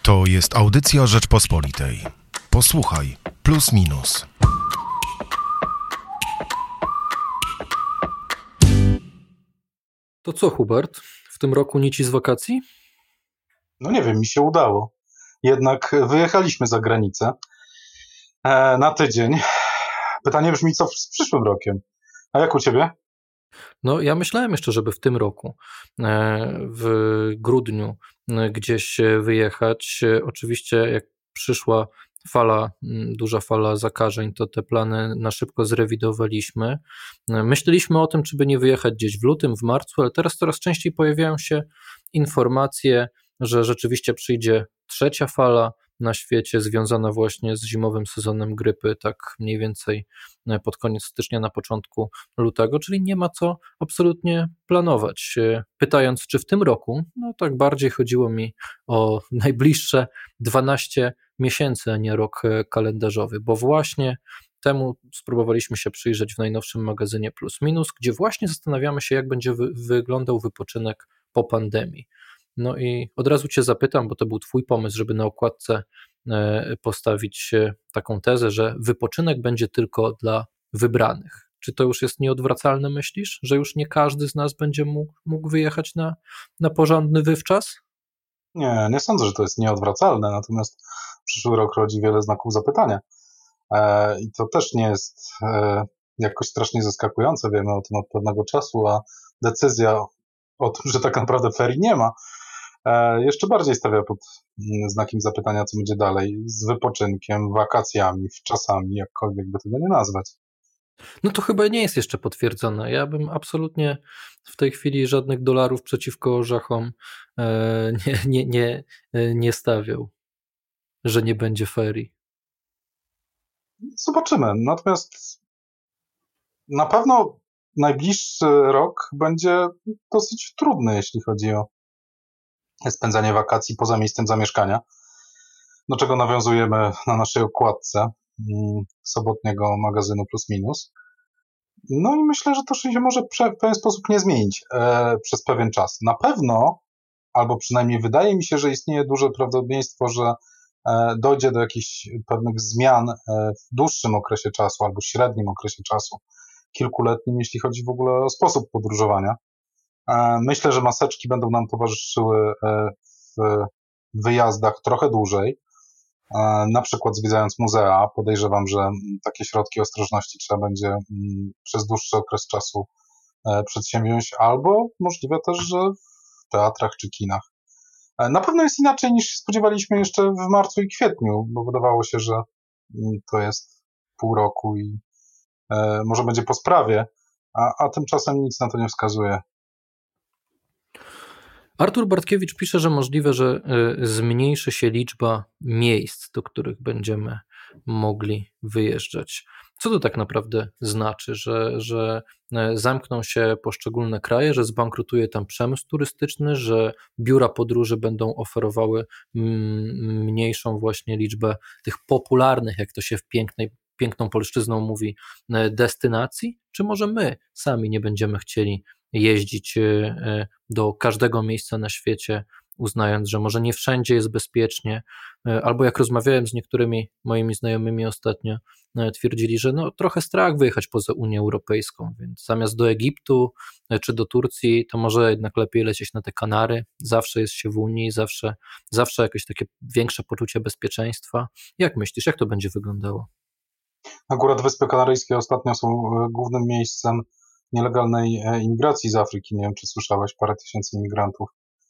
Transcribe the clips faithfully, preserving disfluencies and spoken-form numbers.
To jest audycja Rzeczpospolitej. Posłuchaj, plus minus. To co, Hubert? W tym roku nici z wakacji? No nie wiem, mi się udało. Jednak wyjechaliśmy za granicę e, na tydzień. Pytanie brzmi, co z przyszłym rokiem? A jak u ciebie? No ja myślałem jeszcze, żeby w tym roku, e, w grudniu e, gdzieś wyjechać. E, Oczywiście jak przyszła fala, m, duża fala zakażeń, to te plany na szybko zrewidowaliśmy. E, Myśleliśmy o tym, czy by nie wyjechać gdzieś w lutym, w marcu, ale teraz coraz częściej pojawiają się informacje, że rzeczywiście przyjdzie trzecia fala na świecie, związana właśnie z zimowym sezonem grypy, tak mniej więcej e, pod koniec stycznia, na początku lutego, czyli nie ma co absolutnie planować. E, Pytając, czy w tym roku, no tak bardziej chodziło mi o najbliższe dwanaście miesięcy, a nie rok e, kalendarzowy, bo właśnie temu spróbowaliśmy się przyjrzeć w najnowszym magazynie Plus Minus, gdzie właśnie zastanawiamy się, jak będzie wy- wyglądał wypoczynek po pandemii. No i od razu Cię zapytam, bo to był Twój pomysł, żeby na okładce e, postawić e, taką tezę, że wypoczynek będzie tylko dla wybranych. Czy to już jest nieodwracalne, myślisz, że już nie każdy z nas będzie mógł, mógł wyjechać na, na porządny wywczas? Nie, nie sądzę, że to jest nieodwracalne, natomiast przyszły rok rodzi wiele znaków zapytania. E, I to też nie jest e, jakoś strasznie zaskakujące, wiemy o tym od pewnego czasu, a decyzja o tym, że tak naprawdę ferii nie ma, e, jeszcze bardziej stawia pod mm, znakiem zapytania, co będzie dalej z wypoczynkiem, wakacjami, wczasami, jakkolwiek by tego nie nazwać. No to chyba nie jest jeszcze potwierdzone. Ja bym absolutnie w tej chwili żadnych dolarów przeciwko orzechom e, nie, nie, nie, e, nie stawiał, że nie będzie ferii. Zobaczymy. Natomiast na pewno najbliższy rok będzie dosyć trudny, jeśli chodzi o spędzanie wakacji poza miejscem zamieszkania, do czego nawiązujemy na naszej okładce mm, sobotniego magazynu Plus Minus. No i myślę, że to się może prze- w pewien sposób nie zmienić e, przez pewien czas. Na pewno, albo przynajmniej wydaje mi się, że istnieje duże prawdopodobieństwo, że e, dojdzie do jakichś pewnych zmian e, w dłuższym okresie czasu albo średnim okresie czasu, kilkuletnim, jeśli chodzi w ogóle o sposób podróżowania. E, Myślę, że maseczki będą nam towarzyszyły e, w wyjazdach trochę dłużej, e, na przykład zwiedzając muzea. Podejrzewam, że mm, takie środki ostrożności trzeba będzie mm, przez dłuższy okres czasu e, przedsięwziąć, albo możliwe też, że w teatrach czy kinach. E, Na pewno jest inaczej niż się spodziewaliśmy jeszcze w marcu i kwietniu, bo wydawało się, że mm, to jest pół roku i e, może będzie po sprawie, a, a tymczasem nic na to nie wskazuje. Artur Bartkiewicz pisze, że możliwe, że y, zmniejszy się liczba miejsc, do których będziemy mogli wyjeżdżać. Co to tak naprawdę znaczy, że, że y, zamkną się poszczególne kraje, że zbankrutuje tam przemysł turystyczny, że biura podróży będą oferowały mm, mniejszą właśnie liczbę tych popularnych, jak to się w pięknej, piękną polszczyzną mówi, y, destynacji? Czy może my sami nie będziemy chcieli jeździć y, do każdego miejsca na świecie, uznając, że może nie wszędzie jest bezpiecznie, albo jak rozmawiałem z niektórymi moimi znajomymi ostatnio, twierdzili, że no trochę strach wyjechać poza Unię Europejską, więc zamiast do Egiptu czy do Turcji, to może jednak lepiej lecieć na te Kanary, zawsze jest się w Unii, zawsze, zawsze jakieś takie większe poczucie bezpieczeństwa. Jak myślisz, jak to będzie wyglądało? Akurat Wyspy Kanaryjskie ostatnio są e, głównym miejscem nielegalnej e, imigracji z Afryki. Nie wiem, czy słyszałeś, parę tysięcy imigrantów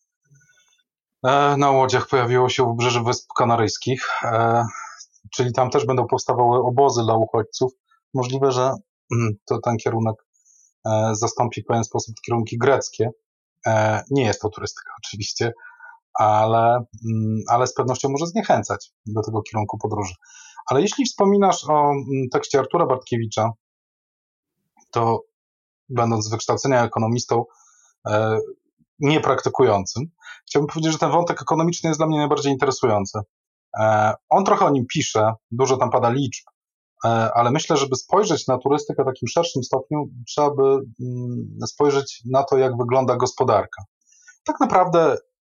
e, na łodziach pojawiło się u wybrzeży Wysp Kanaryjskich, e, czyli tam też będą powstawały obozy dla uchodźców. Możliwe, że mm, to ten kierunek e, zastąpi w pewien sposób kierunki greckie. E, Nie jest to turystyka oczywiście, ale, mm, ale z pewnością może zniechęcać do tego kierunku podróży. Ale jeśli wspominasz o mm, tekście Artura Bartkiewicza, to będąc z wykształcenia ekonomistą e, niepraktykującym, chciałbym powiedzieć, że ten wątek ekonomiczny jest dla mnie najbardziej interesujący. E, on trochę o nim pisze, dużo tam pada liczb, e, ale myślę, żeby spojrzeć na turystykę w takim szerszym stopniu, trzeba by mm, spojrzeć na to, jak wygląda gospodarka. Tak naprawdę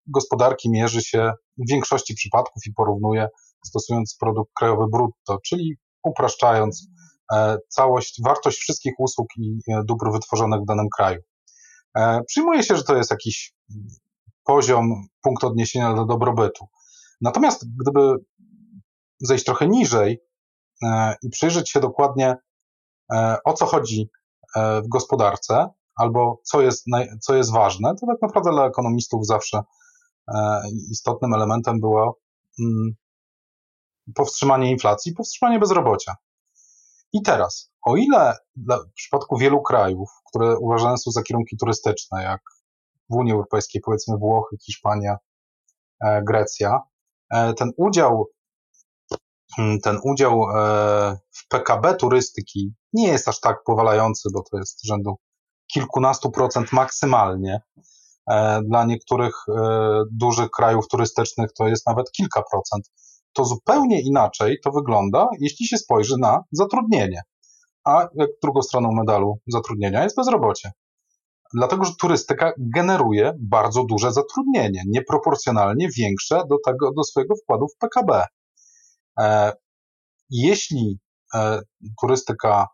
gospodarki mierzy się w większości przypadków i porównuje, stosując produkt krajowy brutto, czyli upraszczając całość, wartość wszystkich usług i dóbr wytworzonych w danym kraju. Przyjmuje się, że to jest jakiś poziom, punkt odniesienia do dobrobytu. Natomiast gdyby zejść trochę niżej i przyjrzeć się dokładnie, o co chodzi w gospodarce, albo co jest, co jest ważne, to tak naprawdę dla ekonomistów zawsze istotnym elementem było powstrzymanie inflacji, powstrzymanie bezrobocia. I teraz, o ile w przypadku wielu krajów, które uważane są za kierunki turystyczne, jak w Unii Europejskiej, powiedzmy Włochy, Hiszpania, Grecja, ten udział, ten udział w P K B turystyki nie jest aż tak powalający, bo to jest rzędu kilkunastu procent maksymalnie. Dla niektórych dużych krajów turystycznych to jest nawet kilka procent. To zupełnie inaczej to wygląda, jeśli się spojrzy na zatrudnienie. A jak drugą stroną medalu zatrudnienia jest bezrobocie. Dlatego, że turystyka generuje bardzo duże zatrudnienie, nieproporcjonalnie większe do tego, do swojego wkładu w P K B. Jeśli turystyka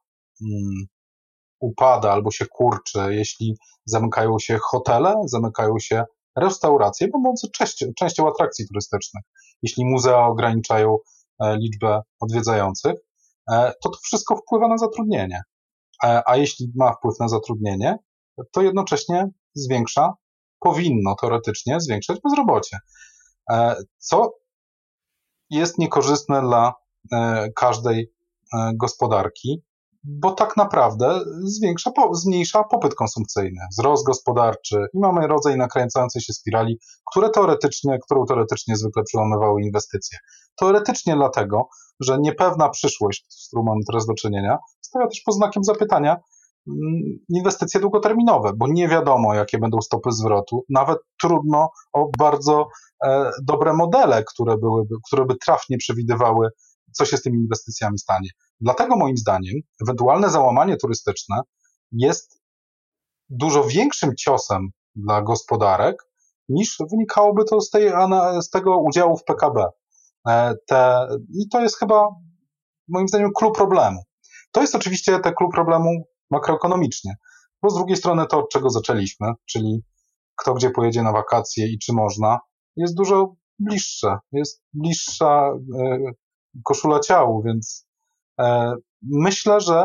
upada albo się kurczy, jeśli zamykają się hotele, zamykają się restauracje, będące częścią, częścią atrakcji turystycznych, jeśli muzea ograniczają liczbę odwiedzających, to to wszystko wpływa na zatrudnienie. A jeśli ma wpływ na zatrudnienie, to jednocześnie zwiększa, powinno teoretycznie zwiększać bezrobocie, co jest niekorzystne dla każdej gospodarki, bo tak naprawdę zwiększa, zmniejsza popyt konsumpcyjny, wzrost gospodarczy i mamy rodzaj nakręcającej się spirali, które teoretycznie, którą teoretycznie zwykle przełamywały inwestycje. Teoretycznie dlatego, że niepewna przyszłość, z którą mamy teraz do czynienia, stawia też pod znakiem zapytania inwestycje długoterminowe, bo nie wiadomo, jakie będą stopy zwrotu, nawet trudno o bardzo e, dobre modele, które, byłyby, które by trafnie przewidywały, co się z tymi inwestycjami stanie. Dlatego moim zdaniem ewentualne załamanie turystyczne jest dużo większym ciosem dla gospodarek, niż wynikałoby to z, tej, z tego udziału w P K B. Te, I to jest chyba moim zdaniem klucz problemu. To jest oczywiście ten klucz problemu makroekonomicznie, bo z drugiej strony to, od czego zaczęliśmy, czyli kto gdzie pojedzie na wakacje i czy można, jest dużo bliższe. Jest bliższa e, koszula ciału, więc e, myślę, że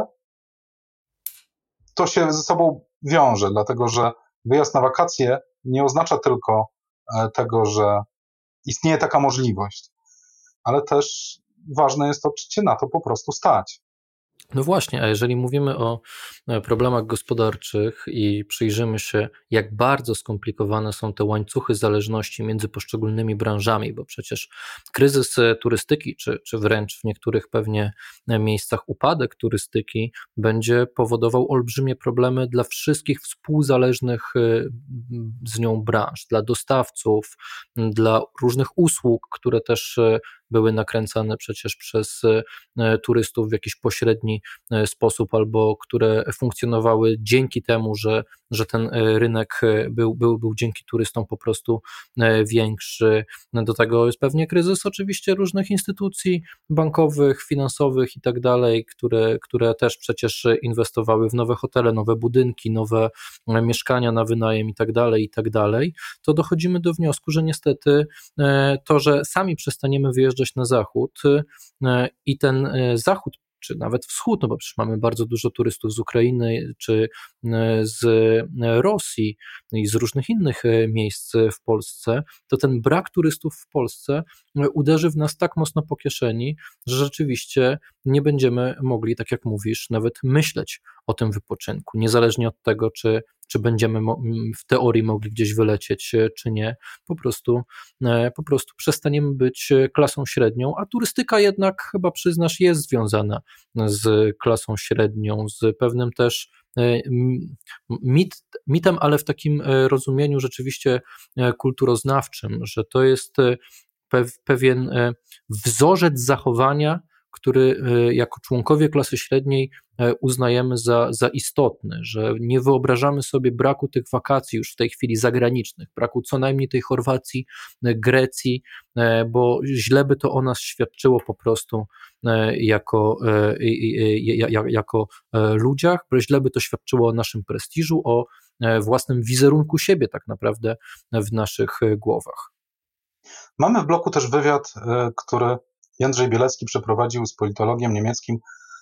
to się ze sobą wiąże, dlatego że wyjazd na wakacje nie oznacza tylko e, tego, że istnieje taka możliwość, ale też ważne jest to, czy cię na to po prostu stać. No właśnie, a jeżeli mówimy o problemach gospodarczych i przyjrzymy się, jak bardzo skomplikowane są te łańcuchy zależności między poszczególnymi branżami, bo przecież kryzys turystyki, czy, czy wręcz w niektórych pewnie miejscach upadek turystyki będzie powodował olbrzymie problemy dla wszystkich współzależnych z nią branż, dla dostawców, dla różnych usług, które też były nakręcane przecież przez turystów w jakiś pośredni sposób, albo które funkcjonowały dzięki temu, że, że ten rynek był, był, był dzięki turystom po prostu większy. Do tego jest pewnie kryzys oczywiście różnych instytucji bankowych, finansowych i tak dalej, które, które też przecież inwestowały w nowe hotele, nowe budynki, nowe mieszkania na wynajem i tak dalej, i tak dalej. To dochodzimy do wniosku, że niestety to, że sami przestaniemy wyjeżdżać na zachód i ten zachód, czy nawet wschód, no bo przecież mamy bardzo dużo turystów z Ukrainy, czy z Rosji i z różnych innych miejsc w Polsce, to ten brak turystów w Polsce uderzy w nas tak mocno po kieszeni, że rzeczywiście nie będziemy mogli, tak jak mówisz, nawet myśleć o tym wypoczynku, niezależnie od tego, czy czy będziemy w teorii mogli gdzieś wylecieć, czy nie, po prostu, po prostu przestaniemy być klasą średnią, a turystyka jednak, chyba przyznasz, jest związana z klasą średnią, z pewnym też mit, mitem, ale w takim rozumieniu rzeczywiście kulturoznawczym, że to jest pewien wzorzec zachowania, który jako członkowie klasy średniej uznajemy za, za istotny, że nie wyobrażamy sobie braku tych wakacji już w tej chwili zagranicznych, braku co najmniej tej Chorwacji, Grecji, bo źle by to o nas świadczyło po prostu jako, jako ludziach, bo źle by to świadczyło o naszym prestiżu, o własnym wizerunku siebie tak naprawdę w naszych głowach. Mamy w bloku też wywiad, który Jędrzej Bielecki przeprowadził z politologiem niemieckim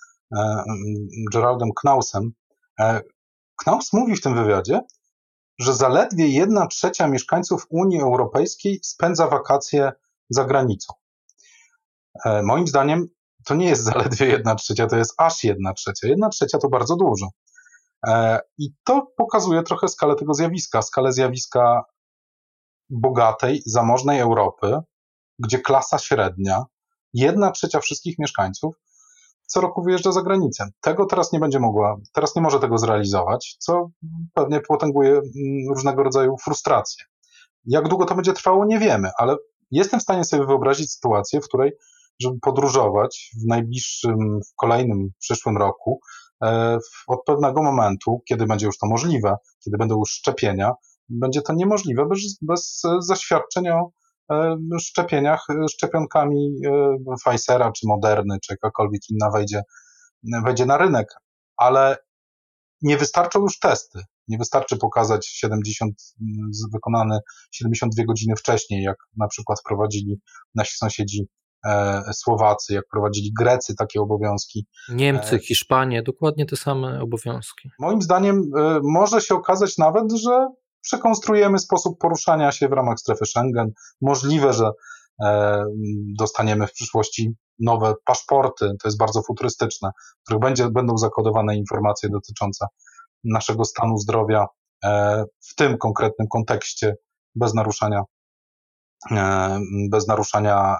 Geraldem Knausem. Knaus mówi w tym wywiadzie, że zaledwie jedna trzecia mieszkańców Unii Europejskiej spędza wakacje za granicą. Moim zdaniem to nie jest zaledwie jedna trzecia, to jest aż jedna trzecia. Jedna trzecia to bardzo dużo. I to pokazuje trochę skalę tego zjawiska, skalę zjawiska bogatej, zamożnej Europy, gdzie klasa średnia, jedna trzecia wszystkich mieszkańców co roku wyjeżdża za granicę. Tego teraz nie będzie mogła, teraz nie może tego zrealizować, co pewnie potęguje różnego rodzaju frustrację. Jak długo to będzie trwało, nie wiemy, ale jestem w stanie sobie wyobrazić sytuację, w której, żeby podróżować w najbliższym, w kolejnym, przyszłym roku, od pewnego momentu, kiedy będzie już to możliwe, kiedy będą już szczepienia, będzie to niemożliwe bez, bez zaświadczeń o szczepieniach, szczepionkami Pfizera, czy Moderny, czy jakakolwiek inna wejdzie, wejdzie na rynek, ale nie wystarczą już testy, nie wystarczy pokazać siedemdziesiąt, wykonane siedemdziesiąt dwie godziny wcześniej, jak na przykład wprowadzili nasi sąsiedzi Słowacy, jak prowadzili Grecy takie obowiązki. Niemcy, Hiszpanie, dokładnie te same obowiązki. Moim zdaniem może się okazać nawet, że przekonstruujemy sposób poruszania się w ramach strefy Schengen. Możliwe, że dostaniemy w przyszłości nowe paszporty, to jest bardzo futurystyczne, w których będzie, będą zakodowane informacje dotyczące naszego stanu zdrowia w tym konkretnym kontekście, bez naruszania, bez naruszania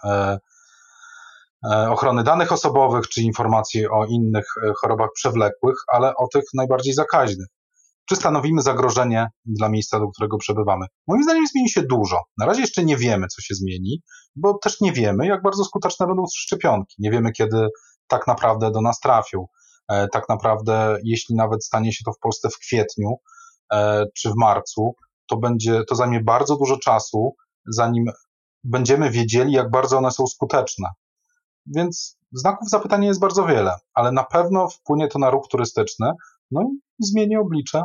ochrony danych osobowych, czy informacji o innych chorobach przewlekłych, ale o tych najbardziej zakaźnych. Czy stanowimy zagrożenie dla miejsca, do którego przebywamy? Moim zdaniem zmieni się dużo. Na razie jeszcze nie wiemy, co się zmieni, bo też nie wiemy, jak bardzo skuteczne będą szczepionki. Nie wiemy, kiedy tak naprawdę do nas trafią. Tak naprawdę, jeśli nawet stanie się to w Polsce w kwietniu czy w marcu, to będzie, to zajmie bardzo dużo czasu, zanim będziemy wiedzieli, jak bardzo one są skuteczne. Więc znaków zapytania jest bardzo wiele, ale na pewno wpłynie to na ruch turystyczny, no i zmieni oblicze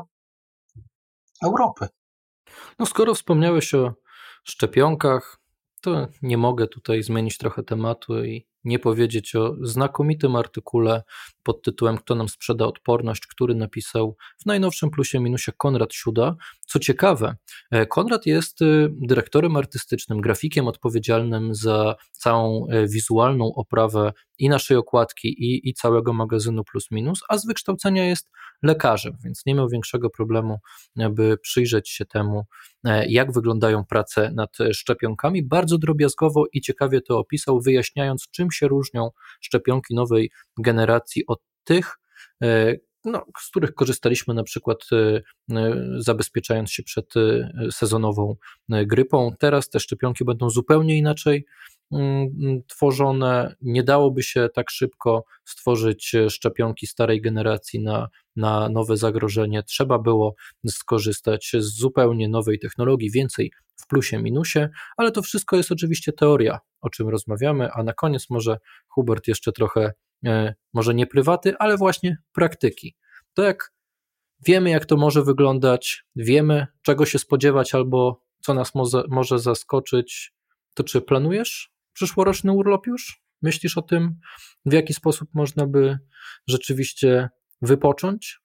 Europy. No skoro wspomniałeś o szczepionkach, to nie mogę tutaj zmienić trochę tematu i nie powiedzieć o znakomitym artykule pod tytułem Kto nam sprzeda odporność, który napisał w najnowszym Plusie Minusie Konrad Siuda. Co ciekawe, Konrad jest dyrektorem artystycznym, grafikiem odpowiedzialnym za całą wizualną oprawę i naszej okładki, i, i całego magazynu Plus Minus, a z wykształcenia jest lekarzem, więc nie miał większego problemu, by przyjrzeć się temu, jak wyglądają prace nad szczepionkami. Bardzo drobiazgowo i ciekawie to opisał, wyjaśniając, czym się różnią szczepionki nowej generacji od tych, no, z których korzystaliśmy na przykład zabezpieczając się przed sezonową grypą. Teraz te szczepionki będą zupełnie inaczej tworzone. Nie dałoby się tak szybko stworzyć szczepionki starej generacji na, na nowe zagrożenie. Trzeba było skorzystać z zupełnie nowej technologii, więcej w plusie, minusie, ale to wszystko jest oczywiście teoria, o czym rozmawiamy, a na koniec może Hubert jeszcze trochę, może nie prywaty, ale właśnie praktyki. To jak wiemy, jak to może wyglądać, wiemy, czego się spodziewać albo co nas może, może zaskoczyć, to czy planujesz przyszłoroczny urlop już? Myślisz o tym, w jaki sposób można by rzeczywiście wypocząć?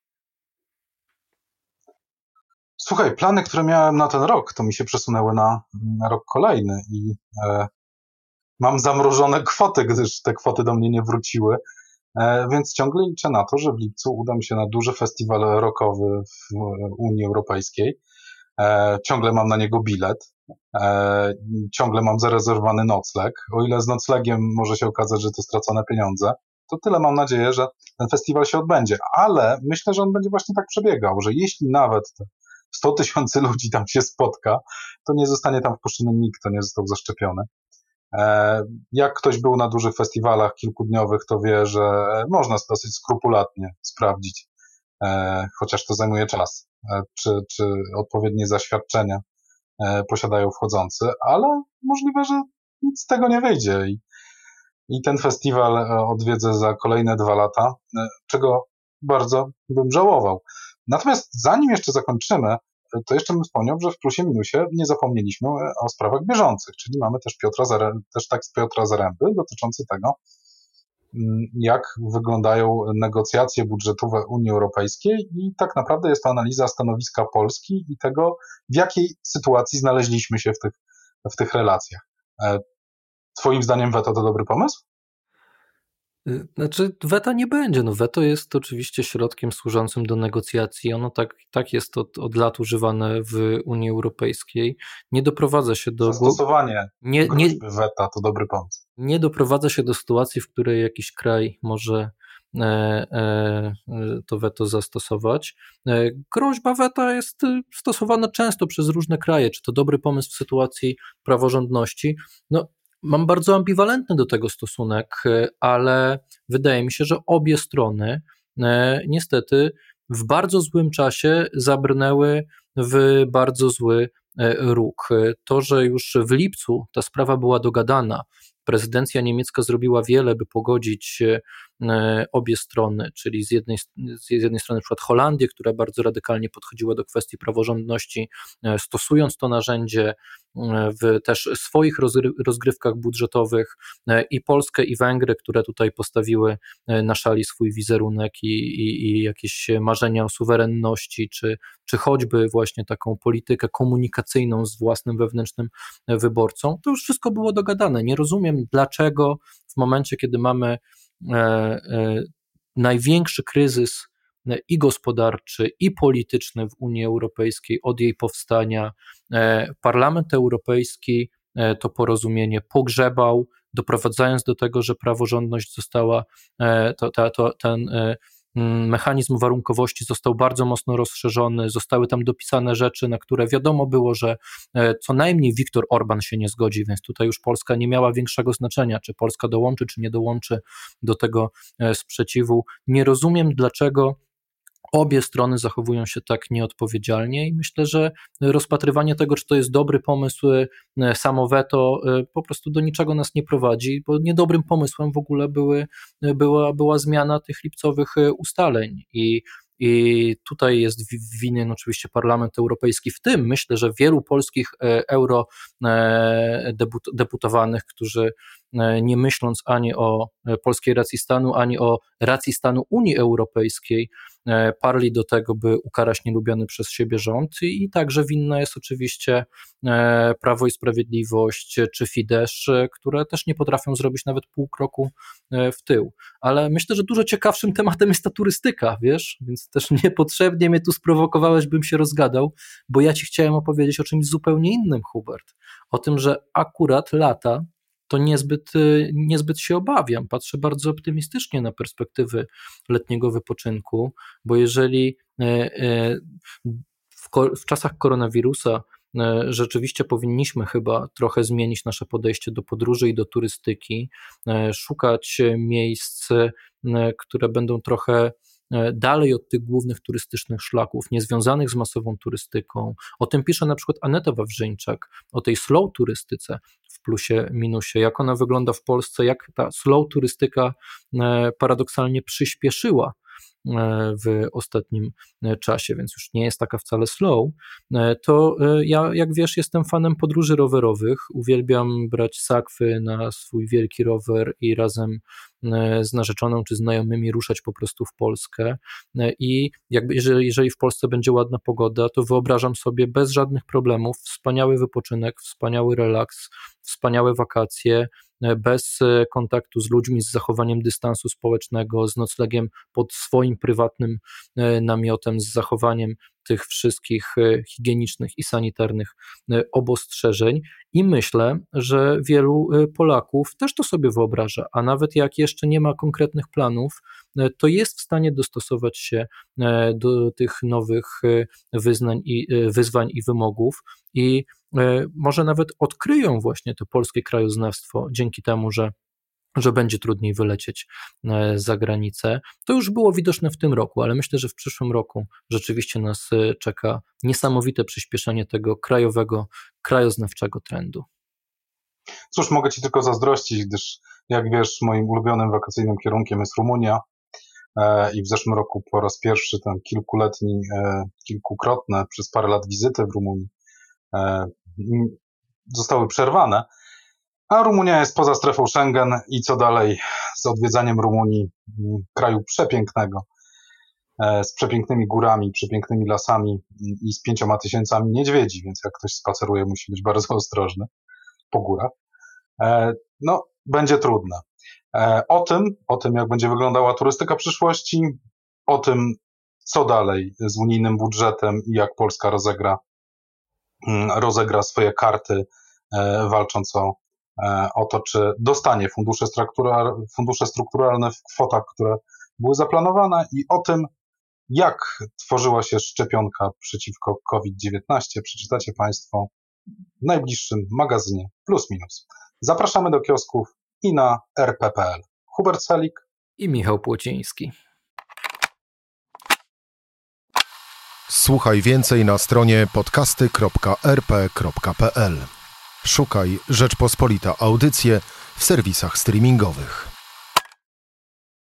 Słuchaj, plany, które miałem na ten rok, to mi się przesunęły na, na rok kolejny i e, mam zamrożone kwoty, gdyż te kwoty do mnie nie wróciły, e, więc ciągle liczę na to, że w lipcu uda mi się na duży festiwal rockowy w Unii Europejskiej. E, ciągle mam na niego bilet, e, ciągle mam zarezerwowany nocleg. O ile z noclegiem może się okazać, że to stracone pieniądze, to tyle mam nadzieję, że ten festiwal się odbędzie. Ale myślę, że on będzie właśnie tak przebiegał, że jeśli nawet te sto tysięcy ludzi tam się spotka, to nie zostanie tam wpuszczony nikt, kto nie został zaszczepiony. Jak ktoś był na dużych festiwalach kilkudniowych, to wie, że można dosyć skrupulatnie sprawdzić, chociaż to zajmuje czas, czy, czy odpowiednie zaświadczenia posiadają wchodzący, ale możliwe, że nic z tego nie wyjdzie i, i ten festiwal odwiedzę za kolejne dwa lata, czego bardzo bym żałował. Natomiast zanim jeszcze zakończymy, to jeszcze bym wspomniał, że w plusie minusie nie zapomnieliśmy o sprawach bieżących, czyli mamy też Piotra Zarę, też tekst Piotra Zaręby dotyczący tego, jak wyglądają negocjacje budżetowe Unii Europejskiej i tak naprawdę jest to analiza stanowiska Polski i tego, w jakiej sytuacji znaleźliśmy się w tych, w tych relacjach. Twoim zdaniem weto to dobry pomysł? Znaczy weta nie będzie, no weto jest oczywiście środkiem służącym do negocjacji, ono tak, tak jest od, od lat używane w Unii Europejskiej, nie doprowadza się do... Zastosowanie nie, groźby weta to dobry pomysł. Nie doprowadza się do sytuacji, w której jakiś kraj może e, e, to weto zastosować. E, groźba weta jest stosowana często przez różne kraje, czy to dobry pomysł w sytuacji praworządności? No, mam bardzo ambiwalentny do tego stosunek, ale wydaje mi się, że obie strony niestety w bardzo złym czasie zabrnęły w bardzo zły róg. To, że już w lipcu ta sprawa była dogadana, prezydencja niemiecka zrobiła wiele, by pogodzić obie strony, czyli z jednej, z jednej strony na przykład Holandię, która bardzo radykalnie podchodziła do kwestii praworządności, stosując to narzędzie w też swoich rozgrywkach budżetowych, i Polskę i Węgry, które tutaj postawiły na szali swój wizerunek i, i, i jakieś marzenia o suwerenności, czy, czy choćby właśnie taką politykę komunikacyjną z własnym wewnętrznym wyborcą. To już wszystko było dogadane. Nie rozumiem, dlaczego w momencie, kiedy mamy e, e, największy kryzys i gospodarczy, i polityczny w Unii Europejskiej od jej powstania, Parlament Europejski to porozumienie pogrzebał, doprowadzając do tego, że praworządność została, to, to, to, ten mechanizm warunkowości został bardzo mocno rozszerzony, zostały tam dopisane rzeczy, na które wiadomo było, że co najmniej Viktor Orban się nie zgodzi, więc tutaj już Polska nie miała większego znaczenia, czy Polska dołączy, czy nie dołączy do tego sprzeciwu. Nie rozumiem, dlaczego obie strony zachowują się tak nieodpowiedzialnie i myślę, że rozpatrywanie tego, czy to jest dobry pomysł, samo weto, po prostu do niczego nas nie prowadzi, bo niedobrym pomysłem w ogóle były, była, była zmiana tych lipcowych ustaleń i I tutaj jest winien oczywiście Parlament Europejski, w tym myślę, że wielu polskich eurodeputowanych, którzy nie myśląc ani o polskiej racji stanu, ani o racji stanu Unii Europejskiej, parli do tego, by ukarać nielubiany przez siebie rząd, i także winna jest oczywiście Prawo i Sprawiedliwość czy Fidesz, które też nie potrafią zrobić nawet pół kroku w tył. Ale myślę, że dużo ciekawszym tematem jest ta turystyka, wiesz, więc też niepotrzebnie mnie tu sprowokowałeś, bym się rozgadał, bo ja ci chciałem opowiedzieć o czymś zupełnie innym, Hubert, o tym, że akurat lata to niezbyt, niezbyt się obawiam. Patrzę bardzo optymistycznie na perspektywy letniego wypoczynku, bo jeżeli w, w czasach koronawirusa rzeczywiście powinniśmy chyba trochę zmienić nasze podejście do podróży i do turystyki, szukać miejsc, które będą trochę dalej od tych głównych turystycznych szlaków, niezwiązanych z masową turystyką. O tym pisze na przykład Aneta Wawrzyńczak, o tej slow turystyce w plusie, minusie, jak ona wygląda w Polsce, jak ta slow turystyka paradoksalnie przyspieszyła w ostatnim czasie, więc już nie jest taka wcale slow. To ja, jak wiesz, jestem fanem podróży rowerowych, uwielbiam brać sakwy na swój wielki rower i razem z narzeczoną czy znajomymi ruszać po prostu w Polskę, i jakby jeżeli, jeżeli w Polsce będzie ładna pogoda, to wyobrażam sobie bez żadnych problemów wspaniały wypoczynek, wspaniały relaks, wspaniałe wakacje, bez kontaktu z ludźmi, z zachowaniem dystansu społecznego, z noclegiem pod swoim prywatnym namiotem, z zachowaniem tych wszystkich higienicznych i sanitarnych obostrzeżeń, i myślę, że wielu Polaków też to sobie wyobraża, a nawet jak jeszcze nie ma konkretnych planów, to jest w stanie dostosować się do tych nowych wyznań i wyzwań i wymogów, i może nawet odkryją właśnie to polskie krajoznawstwo dzięki temu, że że będzie trudniej wylecieć za granicę. To już było widoczne w tym roku, ale myślę, że w przyszłym roku rzeczywiście nas czeka niesamowite przyspieszenie tego krajowego, krajoznawczego trendu. Cóż, mogę Ci tylko zazdrościć, gdyż jak wiesz, moim ulubionym wakacyjnym kierunkiem jest Rumunia i w zeszłym roku po raz pierwszy ten kilkuletni, kilkukrotne przez parę lat wizyty w Rumunii zostały przerwane. A Rumunia jest poza strefą Schengen i co dalej z odwiedzaniem Rumunii, kraju przepięknego, z przepięknymi górami, przepięknymi lasami i z pięcioma tysiącami niedźwiedzi, więc jak ktoś spaceruje, musi być bardzo ostrożny po górach. No, będzie trudne. O tym, o tym jak będzie wyglądała turystyka przyszłości, o tym co dalej z unijnym budżetem i jak Polska rozegra, rozegra swoje karty, walcząc o o to, czy dostanie fundusze, struktura, fundusze strukturalne w kwotach, które były zaplanowane i o tym, jak tworzyła się szczepionka przeciwko kowid dziewiętnaście, przeczytacie Państwo w najbliższym magazynie Plus Minus. Zapraszamy do kiosków i na er pe kropka pe el. Hubert Selik i Michał Płociński. Słuchaj więcej na stronie podcasty kropka er pe kropka pe el. Szukaj Rzeczpospolita Audycje w serwisach streamingowych.